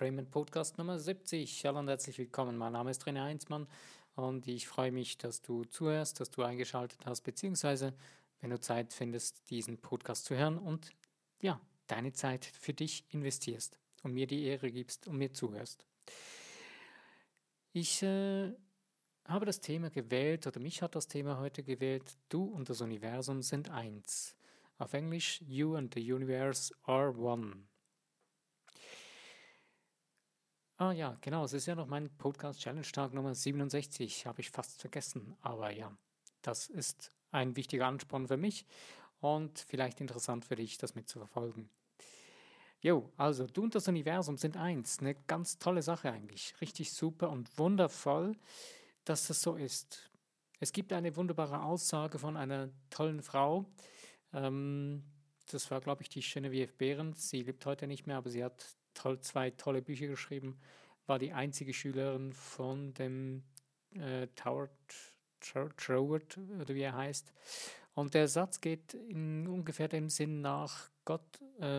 Entrainment Podcast Nummer 70. Hallo und herzlich willkommen. Mein Name ist René Heinzmann und ich freue mich, dass du zuhörst, dass du eingeschaltet hast, beziehungsweise wenn du Zeit findest, diesen Podcast zu hören und ja, deine Zeit für dich investierst und mir die Ehre gibst und mir zuhörst. Ich habe das Thema gewählt oder mich hat das Thema heute gewählt. Du und das Universum sind eins. Auf Englisch, You and the Universe are one. Ah ja, genau, es ist ja noch mein Podcast Challenge Tag Nummer 67, habe ich fast vergessen. Aber ja, das ist ein wichtiger Ansporn für mich und vielleicht interessant für dich, das mitzuverfolgen. Jo, also du und das Universum sind eins. Eine ganz tolle Sache eigentlich. Richtig super und wundervoll, dass das so ist. Es gibt eine wunderbare Aussage von einer tollen Frau. Das war, glaube ich, die Genevieve Behrens. Sie lebt heute nicht mehr, aber sie hat zwei tolle Bücher geschrieben. War die einzige Schülerin von dem Troward, oder wie er heißt. Und der Satz geht in ungefähr dem Sinn nach: Gott,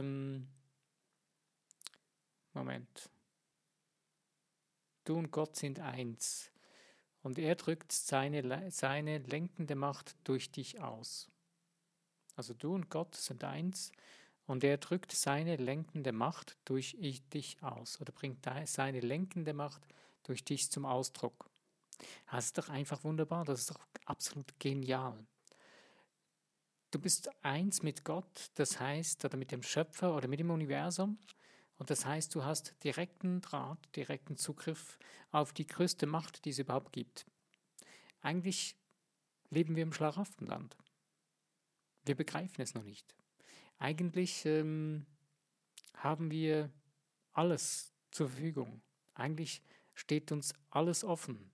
Moment, du und Gott sind eins. Und er drückt seine lenkende Macht durch dich aus. Also du und Gott sind eins und er drückt seine lenkende Macht durch dich aus oder bringt seine lenkende Macht durch dich zum Ausdruck. Das ist doch einfach wunderbar, das ist doch absolut genial. Du bist eins mit Gott, das heißt, oder mit dem Schöpfer oder mit dem Universum. Und das heißt, du hast direkten Draht, direkten Zugriff auf die größte Macht, die es überhaupt gibt. Eigentlich leben wir im Schlaraffenland. Wir begreifen es noch nicht. Eigentlich haben wir alles zur Verfügung. Eigentlich steht uns alles offen,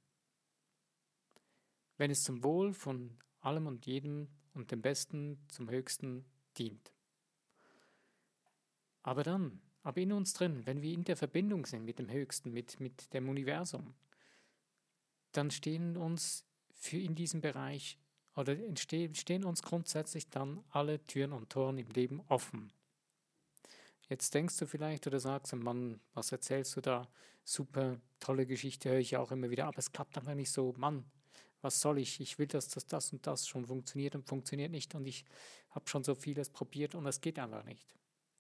wenn es zum Wohl von allem und jedem und dem Besten zum Höchsten dient. Aber in uns drin, wenn wir in der Verbindung sind mit dem Höchsten, mit dem Universum, dann stehen uns in diesem Bereich oder stehen uns grundsätzlich dann alle Türen und Toren im Leben offen. Jetzt denkst du vielleicht oder sagst, Mann, was erzählst du da? Super, tolle Geschichte, höre ich auch immer wieder, aber es klappt einfach nicht so. Mann, was soll ich? Ich will, dass das und das schon funktioniert und funktioniert nicht und ich habe schon so vieles probiert und es geht einfach nicht.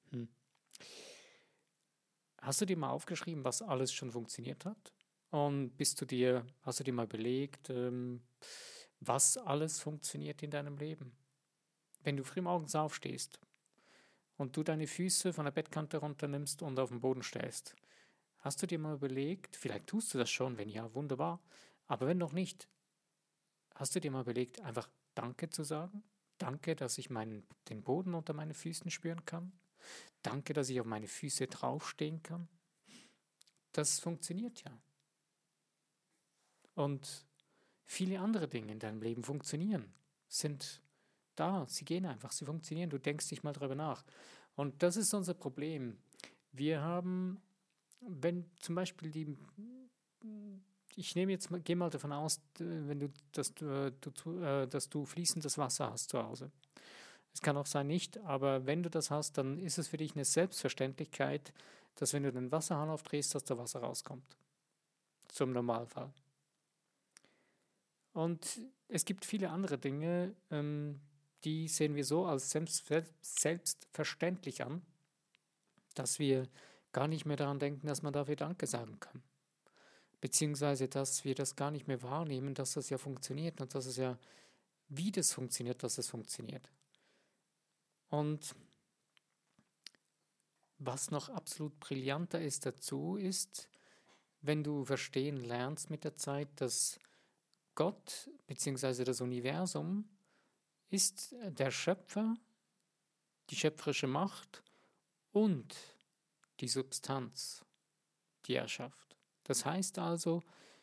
Hast du dir mal aufgeschrieben, was alles schon funktioniert hat? Und hast du dir mal überlegt, was alles funktioniert in deinem Leben? Wenn du früh morgens aufstehst und du deine Füße von der Bettkante runternimmst und auf den Boden stellst, hast du dir mal überlegt, vielleicht tust du das schon, wenn ja, wunderbar, aber wenn noch nicht, hast du dir mal überlegt, einfach Danke zu sagen? Danke, dass ich den Boden unter meinen Füßen spüren kann. Danke, dass ich auf meine Füße draufstehen kann. Das funktioniert ja. Und viele andere Dinge in deinem Leben funktionieren, sind da, sie gehen einfach, sie funktionieren, du denkst nicht mal drüber nach. Und das ist unser Problem. Wir haben, wenn zum Beispiel gehe mal davon aus, wenn dass du fließendes Wasser hast zu Hause. Es kann auch sein nicht, aber wenn du das hast, dann ist es für dich eine Selbstverständlichkeit, dass wenn du den Wasserhahn aufdrehst, dass da Wasser rauskommt. Zum Normalfall. Und es gibt viele andere Dinge, die sehen wir so als selbstverständlich an, dass wir gar nicht mehr daran denken, dass man dafür Danke sagen kann. Beziehungsweise, dass wir das gar nicht mehr wahrnehmen, dass das ja funktioniert und wie das funktioniert, dass es funktioniert. Und was noch absolut brillanter ist dazu, ist, wenn du verstehen lernst mit der Zeit, dass Gott bzw. das Universum ist der Schöpfer, die schöpferische Macht und die Substanz, die er schafft. Das heißt also,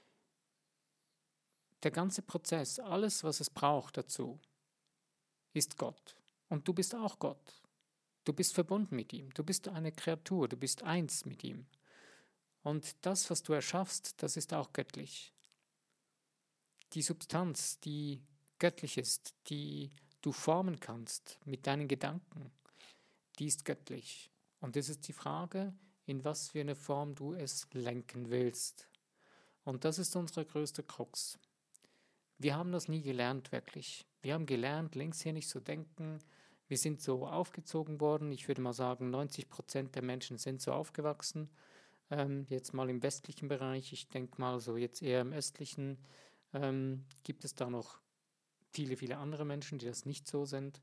der ganze Prozess, alles, was es braucht dazu, ist Gott. Und du bist auch Gott. Du bist verbunden mit ihm. Du bist eine Kreatur. Du bist eins mit ihm. Und das, was du erschaffst, das ist auch göttlich. Die Substanz, die göttlich ist, die du formen kannst mit deinen Gedanken, die ist göttlich. Und es ist die Frage, in was für eine Form du es lenken willst. Und das ist unsere größte Krux. Wir haben das nie gelernt, wirklich. Wir haben gelernt, linkshirnig zu denken. Wir sind so aufgezogen worden. Ich würde mal sagen, 90% der Menschen sind so aufgewachsen. Jetzt mal im westlichen Bereich, ich denke mal so jetzt eher im östlichen, gibt es da noch viele, viele andere Menschen, die das nicht so sind.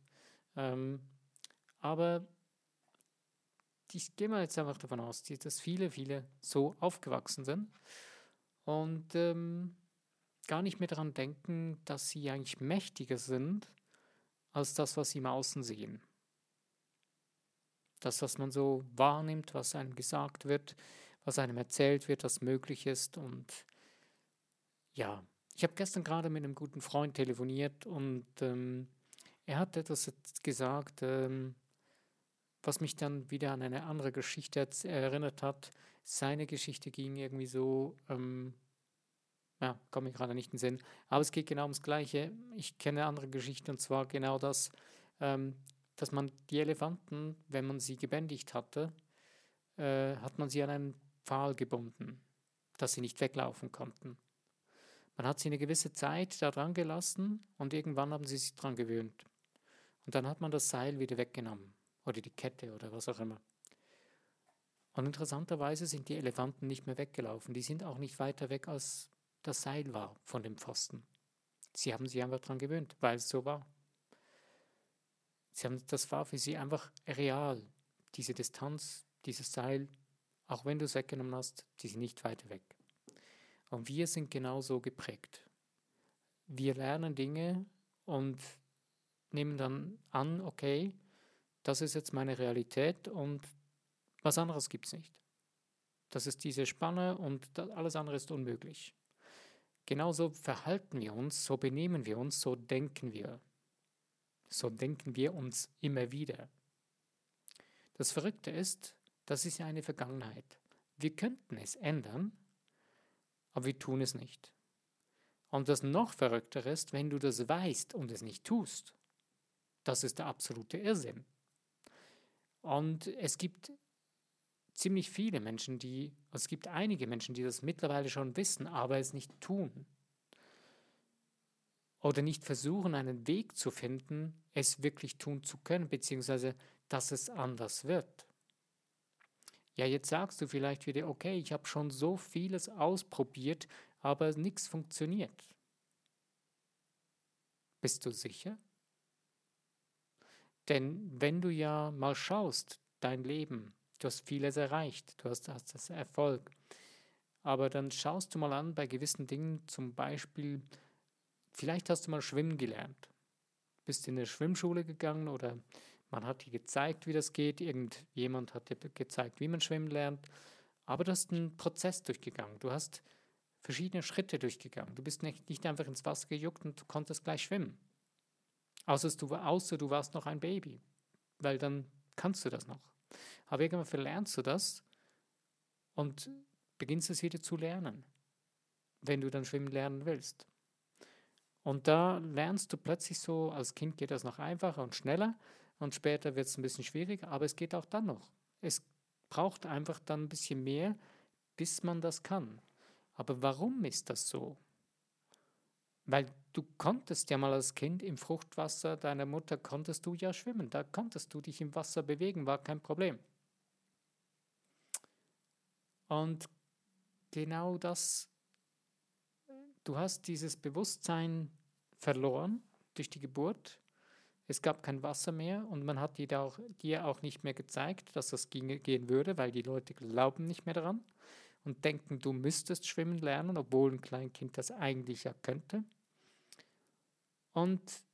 Aber ich gehe mal jetzt einfach davon aus, dass viele, viele so aufgewachsen sind und gar nicht mehr daran denken, dass sie eigentlich mächtiger sind als das, was sie im Außen sehen. Das, was man so wahrnimmt, was einem gesagt wird, was einem erzählt wird, was möglich ist. Und ja, ich habe gestern gerade mit einem guten Freund telefoniert und er hat etwas gesagt, was mich dann wieder an eine andere Geschichte erinnert hat. Seine Geschichte ging irgendwie so, ja, kommt mir gerade nicht in den Sinn, aber es geht genau ums Gleiche. Ich kenne eine andere Geschichte und zwar genau das, dass man die Elefanten, wenn man sie gebändigt hatte, hat man sie an einen Pfahl gebunden, dass sie nicht weglaufen konnten. Man hat sie eine gewisse Zeit da dran gelassen und irgendwann haben sie sich dran gewöhnt. Und dann hat man das Seil wieder weggenommen oder die Kette oder was auch immer. Und interessanterweise sind die Elefanten nicht mehr weggelaufen. Die sind auch nicht weiter weg, als das Seil war von dem Pfosten. Sie haben sich einfach dran gewöhnt, weil es so war. Das war für sie einfach real. Diese Distanz, dieses Seil, auch wenn du es weggenommen hast, die sind nicht weiter weg. Und wir sind genauso geprägt. Wir lernen Dinge und nehmen dann an, okay, das ist jetzt meine Realität und was anderes gibt es nicht. Das ist diese Spanne und alles andere ist unmöglich. Genauso verhalten wir uns, so benehmen wir uns, so denken wir. So denken wir uns immer wieder. Das Verrückte ist, das ist ja eine Vergangenheit. Wir könnten es ändern, aber wir tun es nicht. Und das noch Verrücktere ist, wenn du das weißt und es nicht tust. Das ist der absolute Irrsinn. Und es gibt ziemlich viele Menschen, es gibt einige Menschen, die das mittlerweile schon wissen, aber es nicht tun. Oder nicht versuchen, einen Weg zu finden, es wirklich tun zu können, beziehungsweise, dass es anders wird. Ja, jetzt sagst du vielleicht wieder, okay, ich habe schon so vieles ausprobiert, aber nichts funktioniert. Bist du sicher? Denn wenn du ja mal schaust, dein Leben, du hast vieles erreicht, du hast das Erfolg, aber dann schaust du mal an bei gewissen Dingen, zum Beispiel, vielleicht hast du mal schwimmen gelernt, bist in eine Schwimmschule gegangen oder man hat dir gezeigt, wie das geht, irgendjemand hat dir gezeigt, wie man schwimmen lernt, aber du hast einen Prozess durchgegangen, du hast verschiedene Schritte durchgegangen, du bist nicht einfach ins Wasser gejuckt und du konntest gleich schwimmen. Außer du warst noch ein Baby, weil dann kannst du das noch. Aber irgendwann verlernst du das und beginnst es wieder zu lernen, wenn du dann schwimmen lernen willst. Und da lernst du plötzlich so, als Kind geht das noch einfacher und schneller und später wird es ein bisschen schwieriger, aber es geht auch dann noch. Es braucht einfach dann ein bisschen mehr, bis man das kann. Aber warum ist das so? Weil du konntest ja mal als Kind im Fruchtwasser deiner Mutter, konntest du ja schwimmen, da konntest du dich im Wasser bewegen, war kein Problem. Und genau das, du hast dieses Bewusstsein verloren durch die Geburt. Es gab kein Wasser mehr und man hat dir auch nicht mehr gezeigt, dass das gehen würde, weil die Leute glauben nicht mehr daran und denken, du müsstest schwimmen lernen, obwohl ein Kleinkind das eigentlich ja könnte. Und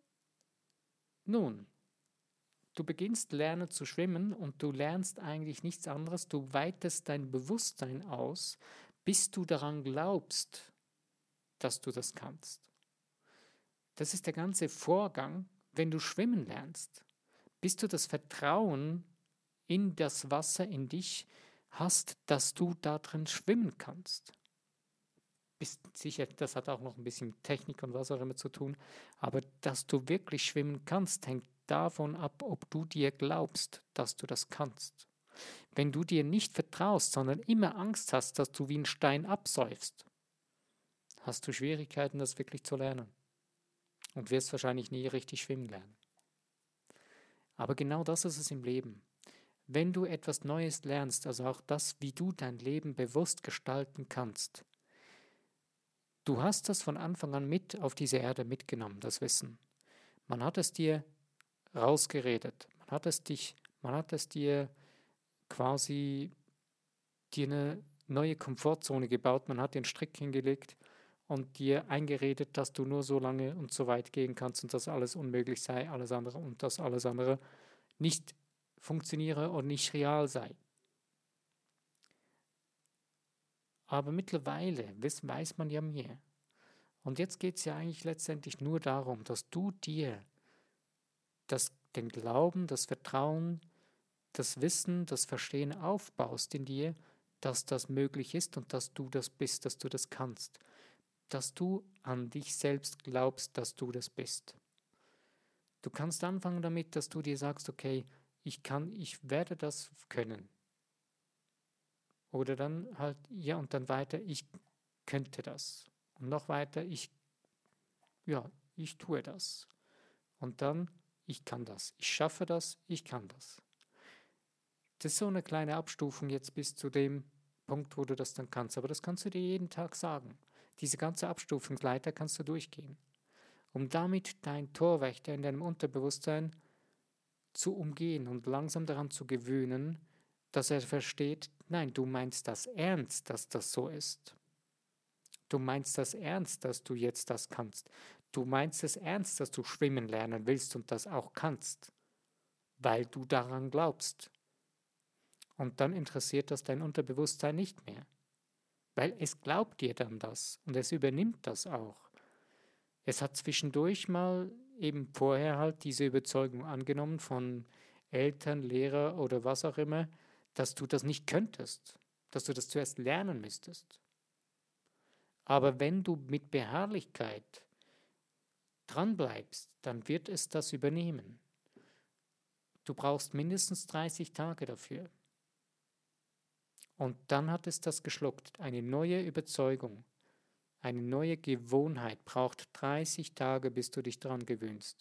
nun, du beginnst lernen zu schwimmen und du lernst eigentlich nichts anderes, du weitest dein Bewusstsein aus, bis du daran glaubst, dass du das kannst. Das ist der ganze Vorgang, wenn du schwimmen lernst, bis du das Vertrauen in das Wasser, in dich hast, dass du da drin schwimmen kannst. Bist sicher, das hat auch noch ein bisschen mit Technik und was auch immer zu tun, aber dass du wirklich schwimmen kannst, hängt davon ab, ob du dir glaubst, dass du das kannst. Wenn du dir nicht vertraust, sondern immer Angst hast, dass du wie ein Stein absäufst, hast du Schwierigkeiten, das wirklich zu lernen und wirst wahrscheinlich nie richtig schwimmen lernen. Aber genau das ist es im Leben. Wenn du etwas Neues lernst, also auch das, wie du dein Leben bewusst gestalten kannst, du hast das von Anfang an mit auf diese Erde mitgenommen, das Wissen. Man hat es dir rausgeredet, man hat es dir quasi dir eine neue Komfortzone gebaut, man hat den Strick hingelegt und dir eingeredet, dass du nur so lange und so weit gehen kannst und dass alles unmöglich sei, alles andere und dass alles andere nicht funktioniere und nicht real sei. Aber mittlerweile weiß man ja mehr. Und jetzt geht es ja eigentlich letztendlich nur darum, dass du dir den Glauben, das Vertrauen, das Wissen, das Verstehen aufbaust in dir, dass das möglich ist und dass du das bist, dass du das kannst. Dass du an dich selbst glaubst, dass du das bist. Du kannst anfangen damit, dass du dir sagst, okay, ich werde das können. Oder dann halt, ja, und dann weiter, ich könnte das. Und noch weiter, ich tue das. Und dann, ich kann das. Ich schaffe das, ich kann das. Das ist so eine kleine Abstufung jetzt bis zu dem Punkt, wo du das dann kannst. Aber das kannst du dir jeden Tag sagen. Diese ganze Abstufungsleiter kannst du durchgehen, um damit dein Torwächter in deinem Unterbewusstsein zu umgehen und langsam daran zu gewöhnen, dass er versteht, nein, du meinst das ernst, dass das so ist. Du meinst das ernst, dass du jetzt das kannst. Du meinst es ernst, dass du schwimmen lernen willst und das auch kannst, weil du daran glaubst. Und dann interessiert das dein Unterbewusstsein nicht mehr, weil es glaubt dir dann das und es übernimmt das auch. Es hat zwischendurch mal eben vorher halt diese Überzeugung angenommen von Eltern, Lehrer oder was auch immer, dass du das nicht könntest, dass du das zuerst lernen müsstest. Aber wenn du mit Beharrlichkeit dranbleibst, dann wird es das übernehmen. Du brauchst mindestens 30 Tage dafür. Und dann hat es das geschluckt. Eine neue Überzeugung, eine neue Gewohnheit braucht 30 Tage, bis du dich daran gewöhnst.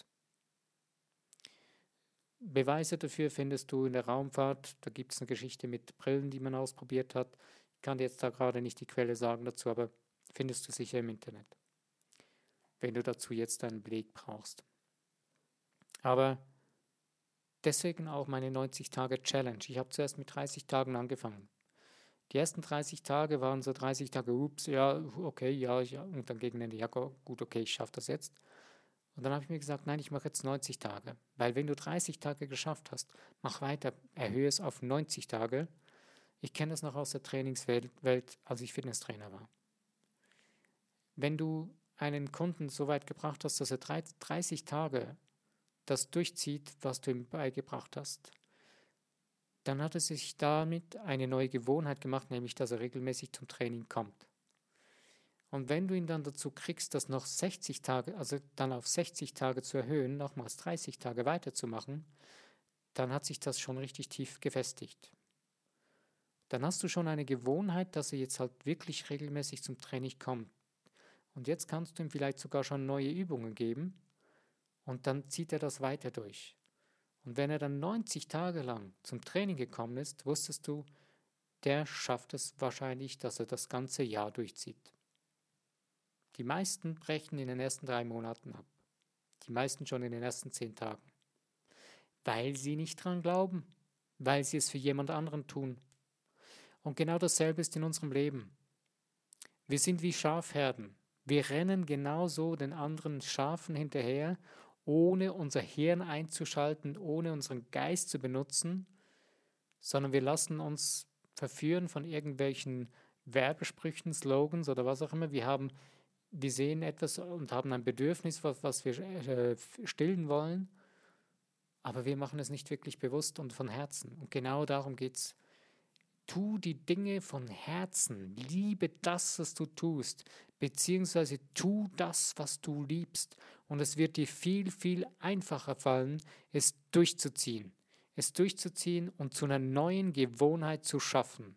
Beweise dafür findest du in der Raumfahrt. Da gibt es eine Geschichte mit Brillen, die man ausprobiert hat. Ich kann dir jetzt da gerade nicht die Quelle sagen dazu, aber findest du sicher im Internet, wenn du dazu jetzt einen Beleg brauchst. Aber deswegen auch meine 90-Tage-Challenge. Ich habe zuerst mit 30 Tagen angefangen. Die ersten 30 Tage waren so 30 Tage, ups, ja, okay, ja, und dann gegen Ende, ja gut, okay, ich schaffe das jetzt. Und dann habe ich mir gesagt, nein, ich mache jetzt 90 Tage. Weil wenn du 30 Tage geschafft hast, mach weiter, erhöhe es auf 90 Tage. Ich kenne das noch aus der Trainingswelt, als ich Fitnesstrainer war. Wenn du einen Kunden so weit gebracht hast, dass er 30 Tage das durchzieht, was du ihm beigebracht hast, dann hat er sich damit eine neue Gewohnheit gemacht, nämlich dass er regelmäßig zum Training kommt. Und wenn du ihn dann dazu kriegst, das noch 60 Tage, also dann auf 60 Tage zu erhöhen, nochmals 30 Tage weiterzumachen, dann hat sich das schon richtig tief gefestigt. Dann hast du schon eine Gewohnheit, dass er jetzt halt wirklich regelmäßig zum Training kommt. Und jetzt kannst du ihm vielleicht sogar schon neue Übungen geben und dann zieht er das weiter durch. Und wenn er dann 90 Tage lang zum Training gekommen ist, wusstest du, der schafft es wahrscheinlich, dass er das ganze Jahr durchzieht. Die meisten brechen in den ersten 3 Monaten ab. Die meisten schon in den ersten 10 Tagen. Weil sie nicht dran glauben. Weil sie es für jemand anderen tun. Und genau dasselbe ist in unserem Leben. Wir sind wie Schafherden. Wir rennen genauso den anderen Schafen hinterher, ohne unser Hirn einzuschalten, ohne unseren Geist zu benutzen, sondern wir lassen uns verführen von irgendwelchen Werbesprüchen, Slogans oder was auch immer. Wir sehen etwas und haben ein Bedürfnis, was wir stillen wollen, aber wir machen es nicht wirklich bewusst und von Herzen. Und genau darum geht es. Tu die Dinge von Herzen, liebe das, was du tust, beziehungsweise tu das, was du liebst. Und es wird dir viel, viel einfacher fallen, es durchzuziehen. es durchzuziehen und zu einer neuen Gewohnheit zu schaffen.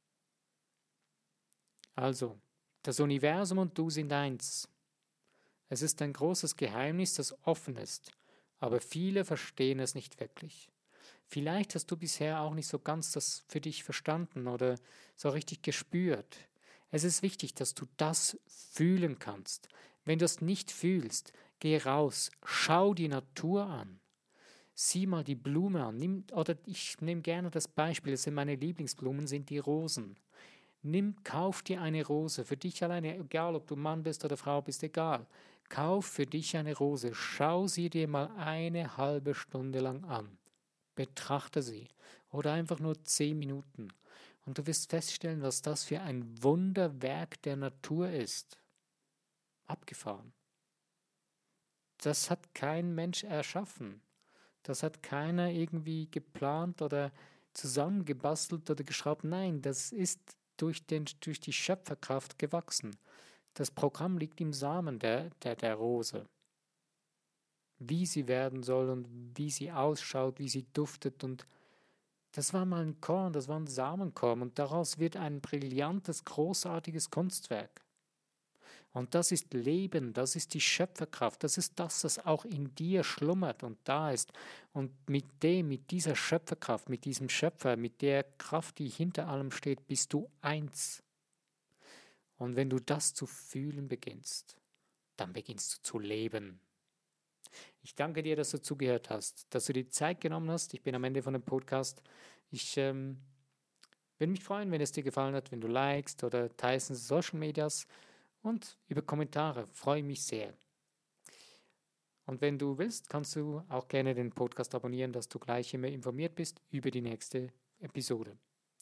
Also, das Universum und du sind eins. Es ist ein großes Geheimnis, das offen ist, aber viele verstehen es nicht wirklich. Vielleicht hast du bisher auch nicht so ganz das für dich verstanden oder so richtig gespürt. Es ist wichtig, dass du das fühlen kannst. Wenn du es nicht fühlst, geh raus, schau die Natur an. Sieh mal die Blume an. Ich nehme gerne das Beispiel, das sind meine Lieblingsblumen, sind die Rosen. Kauf dir eine Rose, für dich alleine, egal ob du Mann bist oder Frau bist, egal. Kauf für dich eine Rose, schau sie dir mal eine halbe Stunde lang an. Betrachte sie oder einfach nur 10 Minuten und du wirst feststellen, was das für ein Wunderwerk der Natur ist. Abgefahren. Das hat kein Mensch erschaffen. Das hat keiner irgendwie geplant oder zusammengebastelt oder geschraubt. Nein, das ist durch die Schöpferkraft gewachsen. Das Programm liegt im Samen der Rose. Wie sie werden soll und wie sie ausschaut, wie sie duftet. Und das war mal ein Korn, das war ein Samenkorn. Und daraus wird ein brillantes, großartiges Kunstwerk. Und das ist Leben, das ist die Schöpferkraft, das ist das, was auch in dir schlummert und da ist. Und mit dieser Schöpferkraft, mit diesem Schöpfer, mit der Kraft, die hinter allem steht, bist du eins. Und wenn du das zu fühlen beginnst, dann beginnst du zu leben. Ich danke dir, dass du zugehört hast, dass du die Zeit genommen hast. Ich bin am Ende von dem Podcast. Ich würde mich freuen, wenn es dir gefallen hat, wenn du likest oder teilst in Social Medias. Und über Kommentare freue ich mich sehr. Und wenn du willst, kannst du auch gerne den Podcast abonnieren, dass du gleich immer informiert bist über die nächste Episode.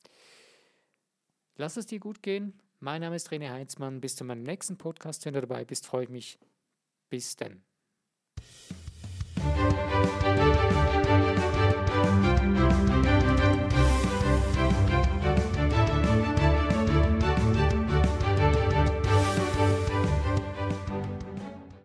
Lass es dir gut gehen. Mein Name ist René Heinzmann. Bis zu meinem nächsten Podcast. Wenn du dabei bist, freue ich mich. Bis dann.